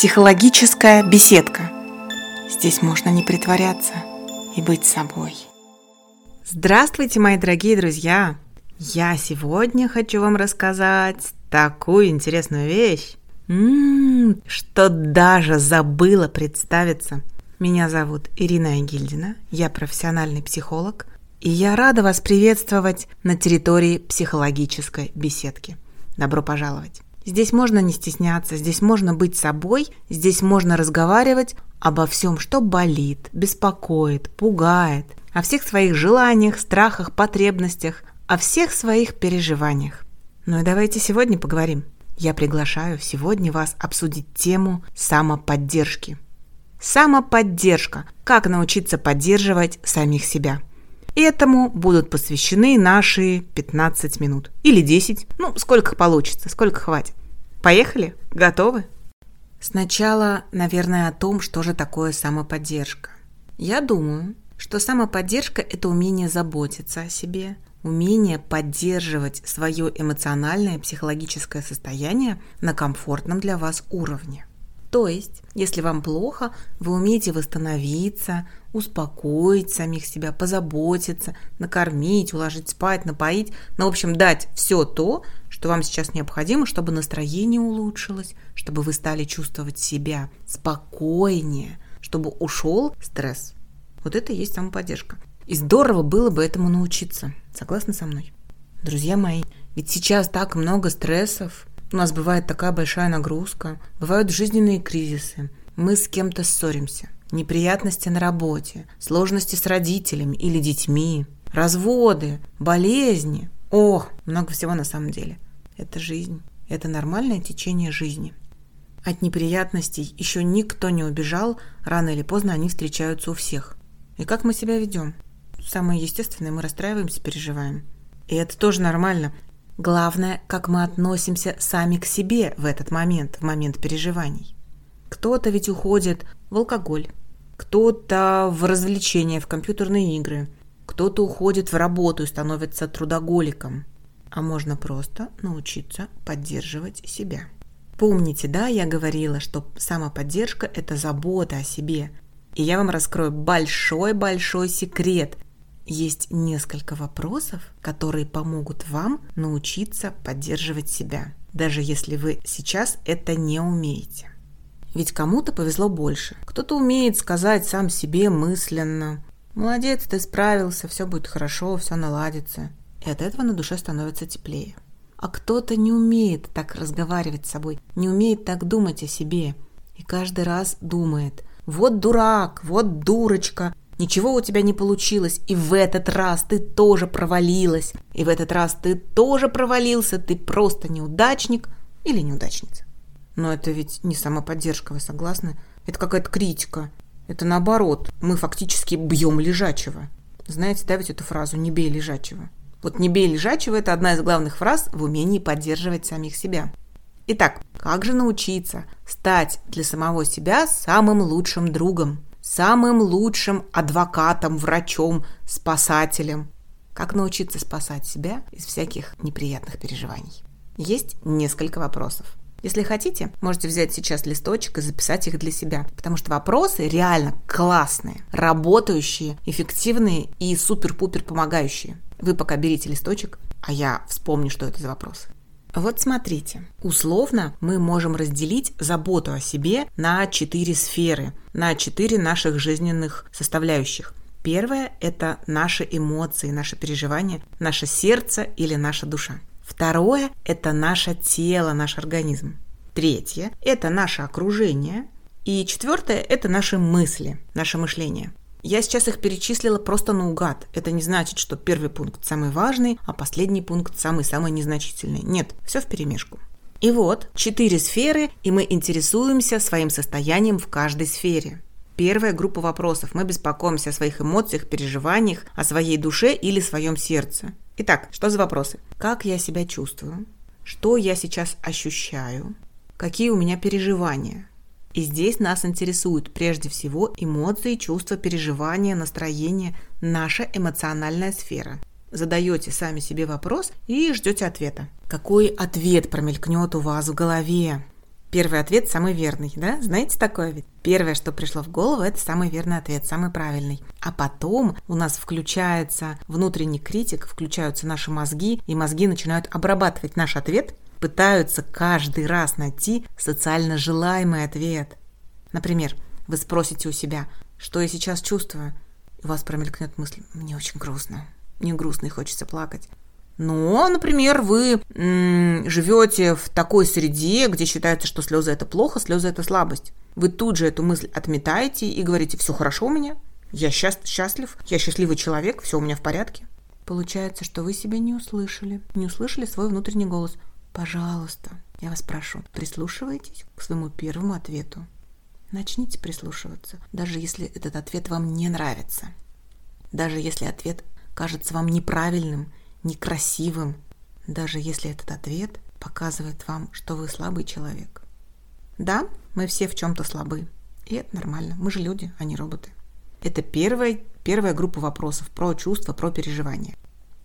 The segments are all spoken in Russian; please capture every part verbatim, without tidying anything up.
Психологическая беседка. Здесь можно не притворяться и быть собой. Здравствуйте, мои дорогие друзья! Я сегодня хочу вам рассказать такую интересную вещь, м-м, что даже забыла представиться. Меня зовут Ирина Айгильдина, я профессиональный психолог, и я рада вас приветствовать на территории психологической беседки. Добро пожаловать! Здесь можно не стесняться, здесь можно быть собой, здесь можно разговаривать обо всем, что болит, беспокоит, пугает, о всех своих желаниях, страхах, потребностях, о всех своих переживаниях. Ну и давайте сегодня поговорим. Я приглашаю сегодня вас обсудить тему самоподдержки. Самоподдержка. Как научиться поддерживать самих себя. Этому будут посвящены наши пятнадцать минут. Или десять. Ну, сколько получится, сколько хватит. Поехали? Готовы? Сначала, наверное, о том, что же такое самоподдержка. Я думаю, что самоподдержка – это умение заботиться о себе, умение поддерживать свое эмоциональное, психологическое состояние на комфортном для вас уровне. То есть, если вам плохо, вы умеете восстановиться, успокоить самих себя, позаботиться, накормить, уложить спать, напоить, ну, в общем, дать все то, что вам сейчас необходимо, чтобы настроение улучшилось, чтобы вы стали чувствовать себя спокойнее, чтобы ушел стресс. Вот это и есть самоподдержка. И здорово было бы этому научиться. Согласны со мной? Друзья мои, ведь сейчас так много стрессов. У нас бывает такая большая нагрузка, бывают жизненные кризисы, мы с кем-то ссоримся, неприятности на работе, сложности с родителями или детьми, разводы, болезни. О, много всего на самом деле. Это жизнь, это нормальное течение жизни. От неприятностей еще никто не убежал, рано или поздно они встречаются у всех. И как мы себя ведем? Самое естественное, мы расстраиваемся, переживаем. И это тоже нормально. Главное, как мы относимся сами к себе в этот момент, в момент переживаний. Кто-то ведь уходит в алкоголь, кто-то в развлечения, в компьютерные игры, кто-то уходит в работу и становится трудоголиком. А можно просто научиться поддерживать себя. Помните, да, я говорила, что самоподдержка – это забота о себе. И я вам раскрою большой-большой секрет. Есть несколько вопросов, которые помогут вам научиться поддерживать себя, даже если вы сейчас это не умеете. Ведь кому-то повезло больше. Кто-то умеет сказать сам себе мысленно: «Молодец, ты справился, все будет хорошо, все наладится». И от этого на душе становится теплее. А кто-то не умеет так разговаривать с собой, не умеет так думать о себе. И каждый раз думает: «Вот дурак, вот дурочка». Ничего у тебя не получилось, и в этот раз ты тоже провалилась, и в этот раз ты тоже провалился, ты просто неудачник или неудачница. Но это ведь не самоподдержка, вы согласны? Это какая-то критика. Это наоборот, мы фактически бьем лежачего. Знаете, да, ведь эту фразу «не бей лежачего». Вот «не бей лежачего» – это одна из главных фраз в умении поддерживать самих себя. Итак, как же научиться стать для самого себя самым лучшим другом? Самым лучшим адвокатом, врачом, спасателем. Как научиться спасать себя из всяких неприятных переживаний? Есть несколько вопросов. Если хотите, можете взять сейчас листочек и записать их для себя, потому что вопросы реально классные, работающие, эффективные и супер-пупер помогающие. Вы пока берите листочек, а я вспомню, что это за вопросы. Вот смотрите, условно мы можем разделить заботу о себе на четыре сферы, на четыре наших жизненных составляющих. Первое – это наши эмоции, наши переживания, наше сердце или наша душа. Второе – это наше тело, наш организм. Третье – это наше окружение. И четвертое – это наши мысли, наше мышление. Я сейчас их перечислила просто наугад. Это не значит, что первый пункт самый важный, а последний пункт самый-самый незначительный. Нет, все вперемешку. И вот, четыре сферы, и мы интересуемся своим состоянием в каждой сфере. Первая группа вопросов. Мы беспокоимся о своих эмоциях, переживаниях, о своей душе или своем сердце. Итак, что за вопросы? Как я себя чувствую? Что я сейчас ощущаю? Какие у меня переживания? И здесь нас интересуют прежде всего эмоции, чувства, переживания, настроение, наша эмоциональная сфера. Задаете сами себе вопрос и ждете ответа. Какой ответ промелькнет у вас в голове? Первый ответ самый верный, да? Знаете такое ведь? Первое, что пришло в голову, это самый верный ответ, самый правильный. А потом у нас включается внутренний критик, включаются наши мозги, и мозги начинают обрабатывать наш ответ, пытаются каждый раз найти социально желаемый ответ. Например, вы спросите у себя, что я сейчас чувствую, и у вас промелькнет мысль: мне очень грустно, мне грустно и хочется плакать. Но, например, вы м- живете в такой среде, где считается, что слезы – это плохо, слезы – это слабость. Вы тут же эту мысль отметаете и говорите: все хорошо у меня, я счаст- счастлив, я счастливый человек, все у меня в порядке. Получается, что вы себя не услышали, не услышали свой внутренний голос. Пожалуйста, я вас прошу, прислушивайтесь к своему первому ответу. Начните прислушиваться, даже если этот ответ вам не нравится. Даже если ответ кажется вам неправильным, некрасивым, даже если этот ответ показывает вам, что вы слабый человек. Да, мы все в чем-то слабы, и это нормально, мы же люди, а не роботы. Это первая, первая группа вопросов про чувства, про переживания.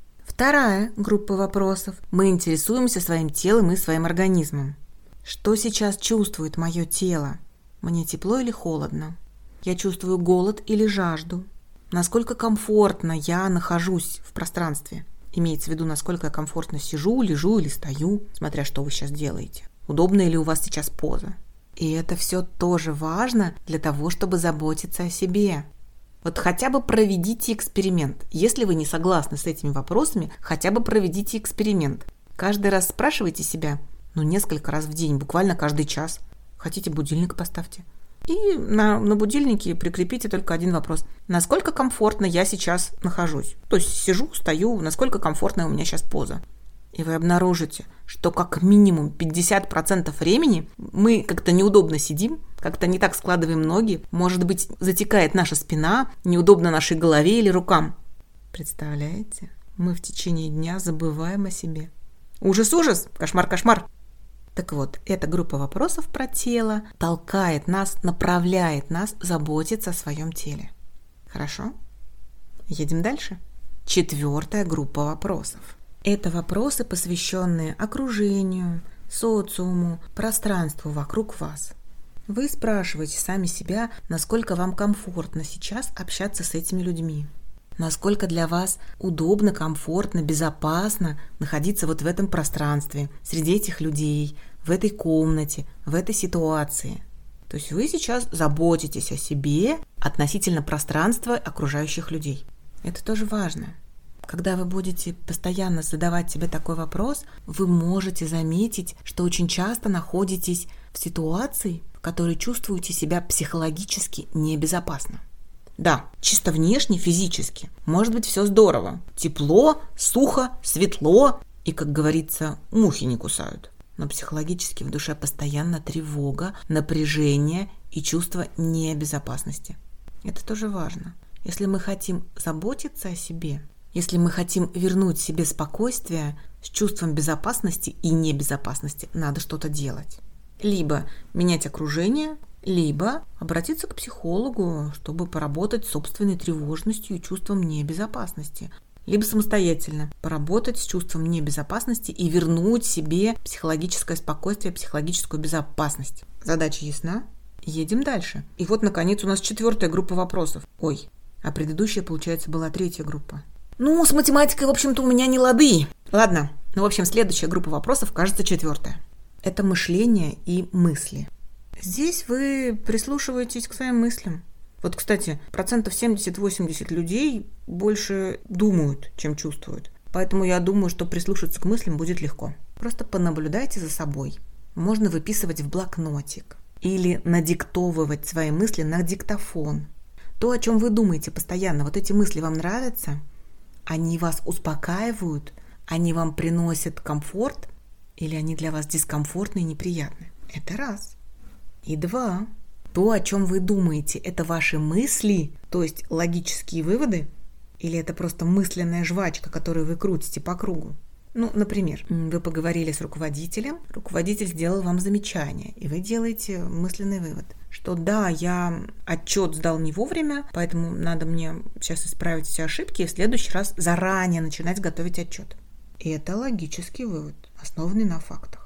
Вторая группа вопросов. Мы интересуемся своим телом и своим организмом. Что сейчас чувствует мое тело? Мне тепло или холодно? Я чувствую голод или жажду? Насколько комфортно я нахожусь в пространстве? Имеется в виду, насколько я комфортно сижу, лежу или стою, смотря что вы сейчас делаете. Удобная ли у вас сейчас поза? И это все тоже важно для того, чтобы заботиться о себе. Вот хотя бы проведите эксперимент. Если вы не согласны с этими вопросами, хотя бы проведите эксперимент. Каждый раз спрашивайте себя, ну, несколько раз в день, буквально каждый час. Хотите, будильник поставьте. И на, на будильнике прикрепите только один вопрос. Насколько комфортно я сейчас нахожусь? То есть сижу, стою, насколько комфортная у меня сейчас поза? И вы обнаружите, что как минимум пятьдесят процентов времени мы как-то неудобно сидим, как-то не так складываем ноги, может быть, затекает наша спина, неудобно нашей голове или рукам. Представляете? Мы в течение дня забываем о себе. Ужас-ужас! Кошмар-кошмар! Так вот, эта группа вопросов про тело толкает нас, направляет нас заботиться о своем теле. Хорошо? Едем дальше. Четвертая группа вопросов. Это вопросы, посвященные окружению, социуму, пространству вокруг вас. Вы спрашиваете сами себя, насколько вам комфортно сейчас общаться с этими людьми. Насколько для вас удобно, комфортно, безопасно находиться вот в этом пространстве, среди этих людей, в этой комнате, в этой ситуации. То есть вы сейчас заботитесь о себе относительно пространства окружающих людей. Это тоже важно. Когда вы будете постоянно задавать себе такой вопрос, вы можете заметить, что очень часто находитесь в ситуации, в которой чувствуете себя психологически небезопасно. Да, чисто внешне, физически, может быть, все здорово. Тепло, сухо, светло, и, как говорится, мухи не кусают. Но психологически в душе постоянно тревога, напряжение и чувство небезопасности. Это тоже важно. Если мы хотим заботиться о себе, если мы хотим вернуть себе спокойствие с чувством безопасности и небезопасности, надо что-то делать. Либо менять окружение, либо обратиться к психологу, чтобы поработать с собственной тревожностью и чувством небезопасности. Либо самостоятельно поработать с чувством небезопасности и вернуть себе психологическое спокойствие, психологическую безопасность. Задача ясна? Едем дальше. И вот, наконец, у нас четвертая группа вопросов. Ой, а предыдущая, получается, была третья группа. Ну, с математикой, в общем-то, у меня не лады. Ладно, ну, в общем, следующая группа вопросов, кажется, четвертая. Это мышление и мысли. Здесь вы прислушиваетесь к своим мыслям. Вот, кстати, процентов семьдесят-восемьдесят людей больше думают, чем чувствуют. Поэтому я думаю, что прислушаться к мыслям будет легко. Просто понаблюдайте за собой. Можно выписывать в блокнотик или надиктовывать свои мысли на диктофон. То, о чем вы думаете постоянно, вот эти мысли вам нравятся? Они вас успокаивают? Они вам приносят комфорт? Или они для вас дискомфортны и неприятны? Это раз. И два. То, о чем вы думаете, это ваши мысли, то есть логические выводы? Или это просто мысленная жвачка, которую вы крутите по кругу? Ну, например, вы поговорили с руководителем, руководитель сделал вам замечание, и вы делаете мысленный вывод, что да, я отчет сдал не вовремя, поэтому надо мне сейчас исправить все ошибки и в следующий раз заранее начинать готовить отчет. И это логический вывод, основанный на фактах.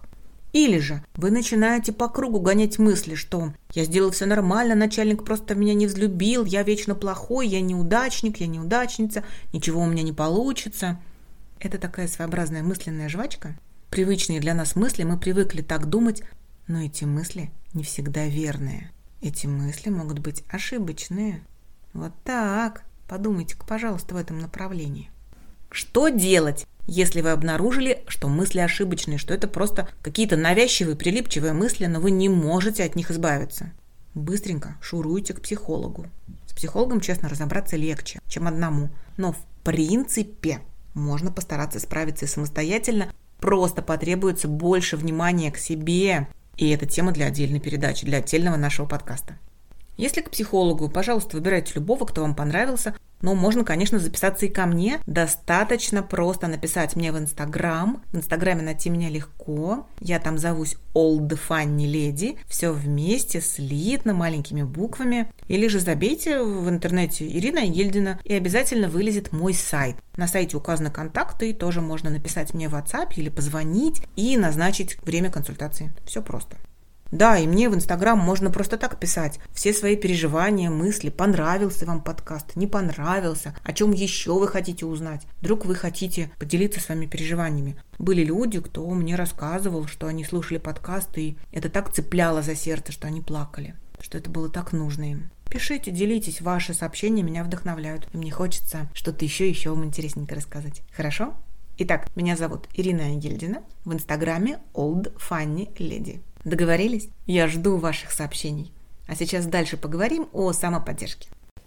Или же вы начинаете по кругу гонять мысли, что я сделал все нормально, начальник просто меня не взлюбил, я вечно плохой, я неудачник, я неудачница, ничего у меня не получится. Это такая своеобразная мысленная жвачка. Привычные для нас мысли, мы привыкли так думать, но эти мысли не всегда верные. Эти мысли могут быть ошибочные. Вот так. Подумайте-ка, пожалуйста, в этом направлении. Что делать, если вы обнаружили, что мысли ошибочные, что это просто какие-то навязчивые, прилипчивые мысли, но вы не можете от них избавиться? Быстренько шуруйте к психологу. С психологом, честно, разобраться легче, чем одному. Но в принципе можно постараться справиться и самостоятельно, просто потребуется больше внимания к себе. И это тема для отдельной передачи, для отдельного нашего подкаста. Если к психологу, пожалуйста, выбирайте любого, кто вам понравился. Но можно, конечно, записаться и ко мне. Достаточно просто написать мне в Инстаграм. В Инстаграме найти меня легко. Я там зовусь Old Funny Lady. Все вместе, слитно, маленькими буквами. Или же забейте в интернете Ирина Егельдина, и обязательно вылезет мой сайт. На сайте указаны контакты, и тоже можно написать мне в WhatsApp или позвонить и назначить время консультации. Все просто. Да, и мне в Инстаграм можно просто так писать. Все свои переживания, мысли. Понравился вам подкаст, не понравился. О чем еще вы хотите узнать? Вдруг вы хотите поделиться своими переживаниями. Были люди, кто мне рассказывал, что они слушали подкасты, и это так цепляло за сердце, что они плакали. Что это было так нужно им. Пишите, делитесь. Ваши сообщения меня вдохновляют. И мне хочется что-то еще, еще вам интересненько рассказать. Хорошо? Итак, меня зовут Ирина Егельдина. В Инстаграме Old Funny Lady. Договорились? Я жду ваших сообщений. А сейчас дальше поговорим о самоподдержке.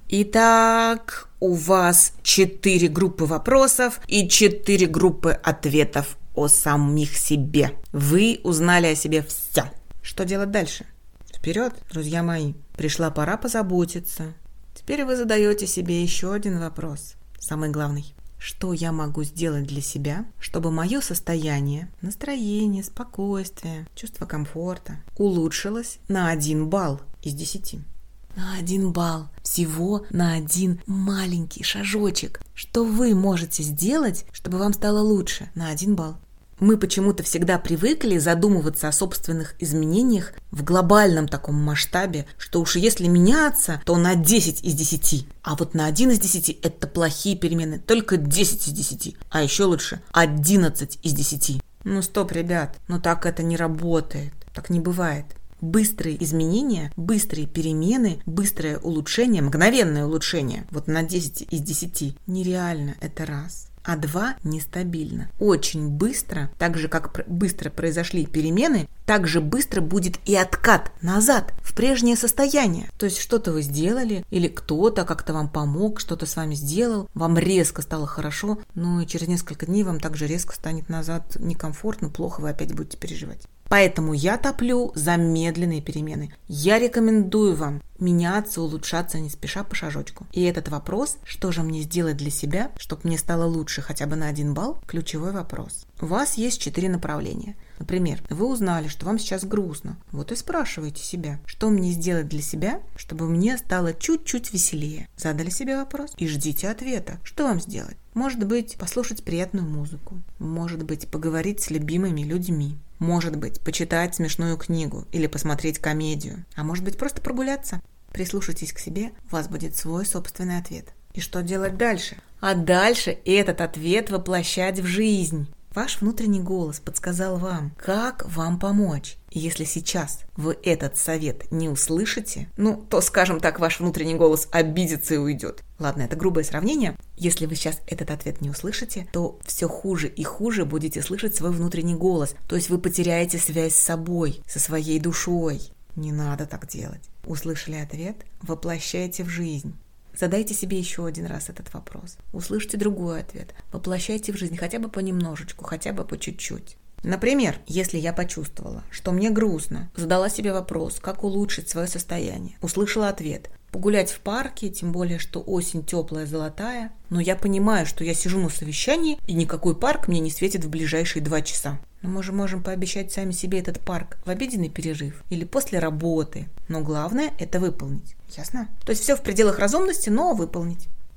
Итак, у вас четыре группы вопросов и четыре группы ответов о самих себе. Вы узнали о себе все. Что делать дальше? Вперед, друзья мои. Пришла пора позаботиться. Теперь вы задаете себе еще один вопрос. Самый главный. Что я могу сделать для себя, чтобы мое состояние, настроение, спокойствие, чувство комфорта улучшилось на один балл из десяти? На один балл. Всего на один маленький шажочек. Что вы можете сделать, чтобы вам стало лучше? На один балл. Мы почему-то всегда привыкли задумываться о собственных изменениях в глобальном таком масштабе, что уж если меняться, то на десять из десяти. А вот на один из десяти это плохие перемены, только десять из десяти. А еще лучше одиннадцать из десяти. Ну стоп, ребят, ну так это не работает, так не бывает. Быстрые изменения, быстрые перемены, быстрое улучшение, мгновенное улучшение, вот на десять из десяти нереально, это раз. А два нестабильно. Очень быстро, так же как быстро произошли перемены, так же быстро будет и откат назад, в прежнее состояние. То есть что-то вы сделали, или кто-то как-то вам помог, что-то с вами сделал, вам резко стало хорошо, но и через несколько дней вам также резко станет назад некомфортно, плохо, вы опять будете переживать. Поэтому я топлю за медленные перемены. Я рекомендую вам меняться, улучшаться не спеша по шажочку. И этот вопрос, что же мне сделать для себя, чтобы мне стало лучше хотя бы на один балл, ключевой вопрос. У вас есть четыре направления. Например, вы узнали, что вам сейчас грустно. Вот и спрашиваете себя, что мне сделать для себя, чтобы мне стало чуть-чуть веселее. Задали себе вопрос и ждите ответа. Что вам сделать? Может быть, послушать приятную музыку. Может быть, поговорить с любимыми людьми. Может быть, почитать смешную книгу или посмотреть комедию. А может быть, просто прогуляться. Прислушайтесь к себе, у вас будет свой собственный ответ. И что делать дальше? А дальше этот ответ воплощать в жизнь. Ваш внутренний голос подсказал вам, как вам помочь. И если сейчас вы этот совет не услышите, ну, то, скажем так, ваш внутренний голос обидится и уйдет. Ладно, это грубое сравнение. Если вы сейчас этот ответ не услышите, то все хуже и хуже будете слышать свой внутренний голос. То есть вы потеряете связь с собой, со своей душой. Не надо так делать. Услышали ответ? Воплощайте в жизнь. Задайте себе еще один раз этот вопрос. Услышьте другой ответ. Воплощайте в жизнь хотя бы понемножечку, хотя бы по чуть-чуть. Например, если я почувствовала, что мне грустно, задала себе вопрос, как улучшить свое состояние, услышала ответ. Погулять в парке, тем более, что осень теплая, золотая, но я понимаю, что я сижу на совещании, и никакой парк мне не светит в ближайшие два часа. Но мы же можем пообещать сами себе этот парк в обеденный перерыв или после работы. Но главное – это выполнить. Ясно? То есть все в пределах разумности, но выполнить.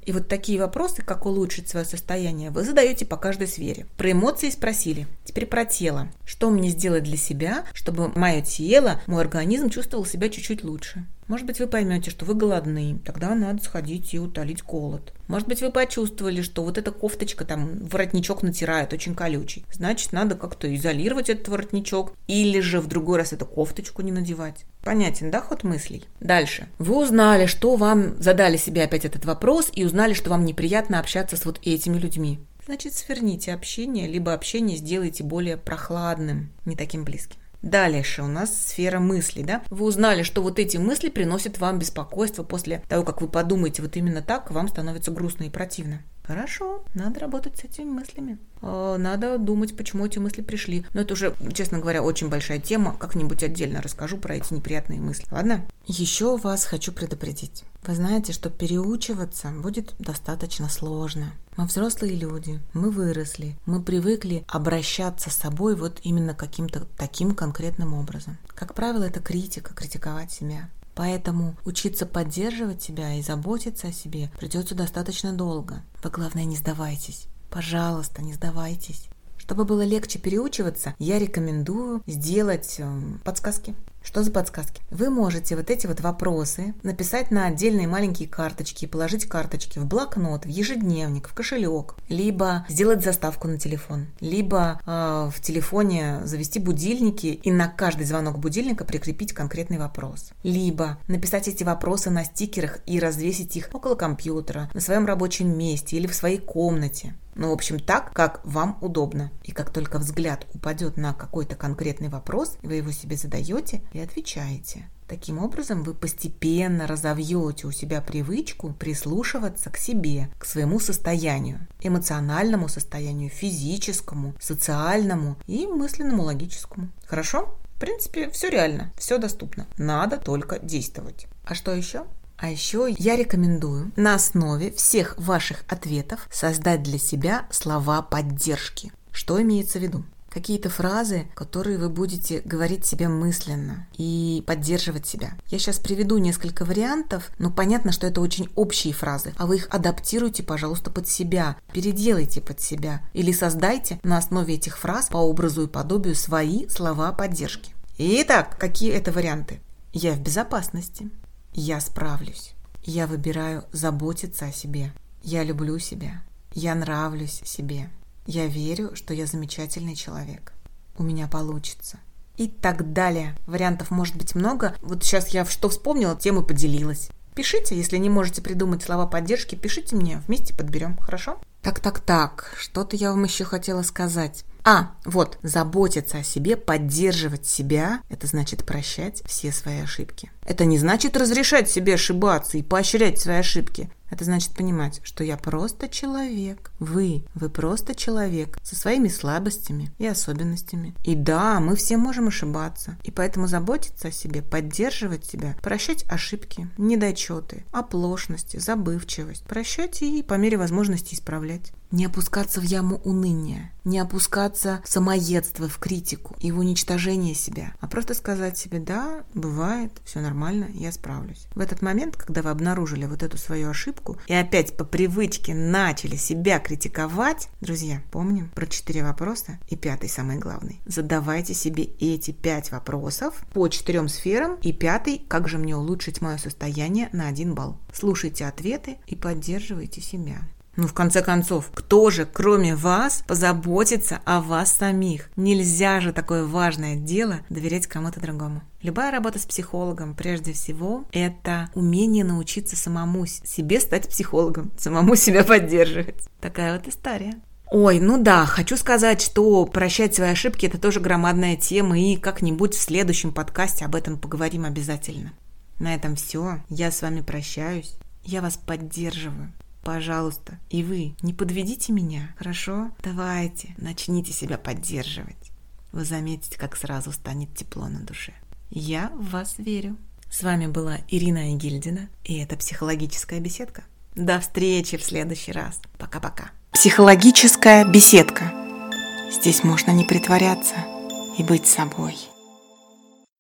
И вот такие вопросы, как улучшить свое состояние, вы задаете по каждой сфере. Про эмоции спросили. Теперь про тело. Что мне сделать для себя, чтобы мое тело, мой организм чувствовал себя чуть-чуть лучше? Может быть, вы поймете, что вы голодны, тогда надо сходить и утолить голод. Может быть, вы почувствовали, что вот эта кофточка, там, воротничок натирает, очень колючий. Значит, надо как-то изолировать этот воротничок, или же в другой раз эту кофточку не надевать. Понятен, да, ход мыслей? Дальше. Вы узнали, что вам, задали себе опять этот вопрос, и узнали, что вам неприятно общаться с вот этими людьми. Значит, сверните общение, либо общение сделайте более прохладным, не таким близким. Дальше у нас сфера мыслей, да? Вы узнали, что вот эти мысли приносят вам беспокойство. После того, как вы подумаете вот именно так, вам становится грустно и противно. Хорошо, надо работать с этими мыслями. Надо думать, почему эти мысли пришли. Но это уже, честно говоря, очень большая тема. Как-нибудь отдельно расскажу про эти неприятные мысли. Ладно? Еще вас хочу предупредить. Вы знаете, что переучиваться будет достаточно сложно. Мы взрослые люди, мы выросли, мы привыкли обращаться с собой вот именно каким-то таким конкретным образом. Как правило, это критика, критиковать себя. Поэтому учиться поддерживать себя и заботиться о себе придется достаточно долго. Вы, главное, не сдавайтесь. Пожалуйста, не сдавайтесь. Чтобы было легче переучиваться, я рекомендую сделать э, подсказки. Что за подсказки? Вы можете вот эти вот вопросы написать на отдельные маленькие карточки, положить карточки в блокнот, в ежедневник, в кошелек, либо сделать заставку на телефон, либо э, в телефоне завести будильники и на каждый звонок будильника прикрепить конкретный вопрос, либо написать эти вопросы на стикерах и развесить их около компьютера, на своем рабочем месте или в своей комнате. Ну, в общем, так, как вам удобно. И как только взгляд упадет на какой-то конкретный вопрос, вы его себе задаете и отвечаете. Таким образом, вы постепенно разовьете у себя привычку прислушиваться к себе, к своему состоянию. Эмоциональному состоянию, физическому, социальному и мысленному, логическому. Хорошо? В принципе, все реально, все доступно. Надо только действовать. А что еще? А еще я рекомендую на основе всех ваших ответов создать для себя слова поддержки. Что имеется в виду? Какие-то фразы, которые вы будете говорить себе мысленно и поддерживать себя. Я сейчас приведу несколько вариантов, но понятно, что это очень общие фразы, а вы их адаптируйте, пожалуйста, под себя, переделайте под себя или создайте на основе этих фраз по образу и подобию свои слова поддержки. Итак, какие это варианты? Я в безопасности. Я справлюсь. Я выбираю заботиться о себе. Я люблю себя. Я нравлюсь себе. Я верю, что я замечательный человек. У меня получится. И так далее. Вариантов может быть много. Вот сейчас я что вспомнила, тем и поделилась. Пишите, если не можете придумать слова поддержки, пишите мне, вместе подберем, хорошо? Так-так-так, что-то я вам еще хотела сказать. А, вот, заботиться о себе, поддерживать себя, это значит прощать все свои ошибки. Это не значит разрешать себе ошибаться и поощрять свои ошибки. Это значит понимать, что я просто человек. Вы, вы просто человек со своими слабостями и особенностями. И да, мы все можем ошибаться. И поэтому заботиться о себе, поддерживать себя, прощать ошибки, недочеты, оплошности, забывчивость. Прощать и по мере возможности исправлять. Не опускаться в яму уныния, не опускаться в самоедство, в критику и в уничтожение себя, а просто сказать себе: да, бывает, все нормально, я справлюсь. В этот момент, когда вы обнаружили вот эту свою ошибку и опять по привычке начали себя критиковать, друзья, помним про четыре вопроса и пятый, самый главный. Задавайте себе эти пять вопросов по четырем сферам и пятый: как же мне улучшить мое состояние на один балл. Слушайте ответы и поддерживайте себя. Ну, в конце концов, кто же, кроме вас, позаботится о вас самих? Нельзя же такое важное дело доверять кому-то другому. Любая работа с психологом, прежде всего, это умение научиться самому себе стать психологом, самому себя поддерживать. Такая вот история. Ой, ну да, хочу сказать, что прощать свои ошибки – это тоже громадная тема, и как-нибудь в следующем подкасте об этом поговорим обязательно. На этом все. Я с вами прощаюсь. Я вас поддерживаю. Пожалуйста, и вы не подведите меня, хорошо? Давайте, начните себя поддерживать. Вы заметите, как сразу станет тепло на душе. Я в вас верю. С вами была Ирина Игильдина, и это «Психологическая беседка». До встречи в следующий раз. Пока-пока. Психологическая беседка. Здесь можно не притворяться и быть собой.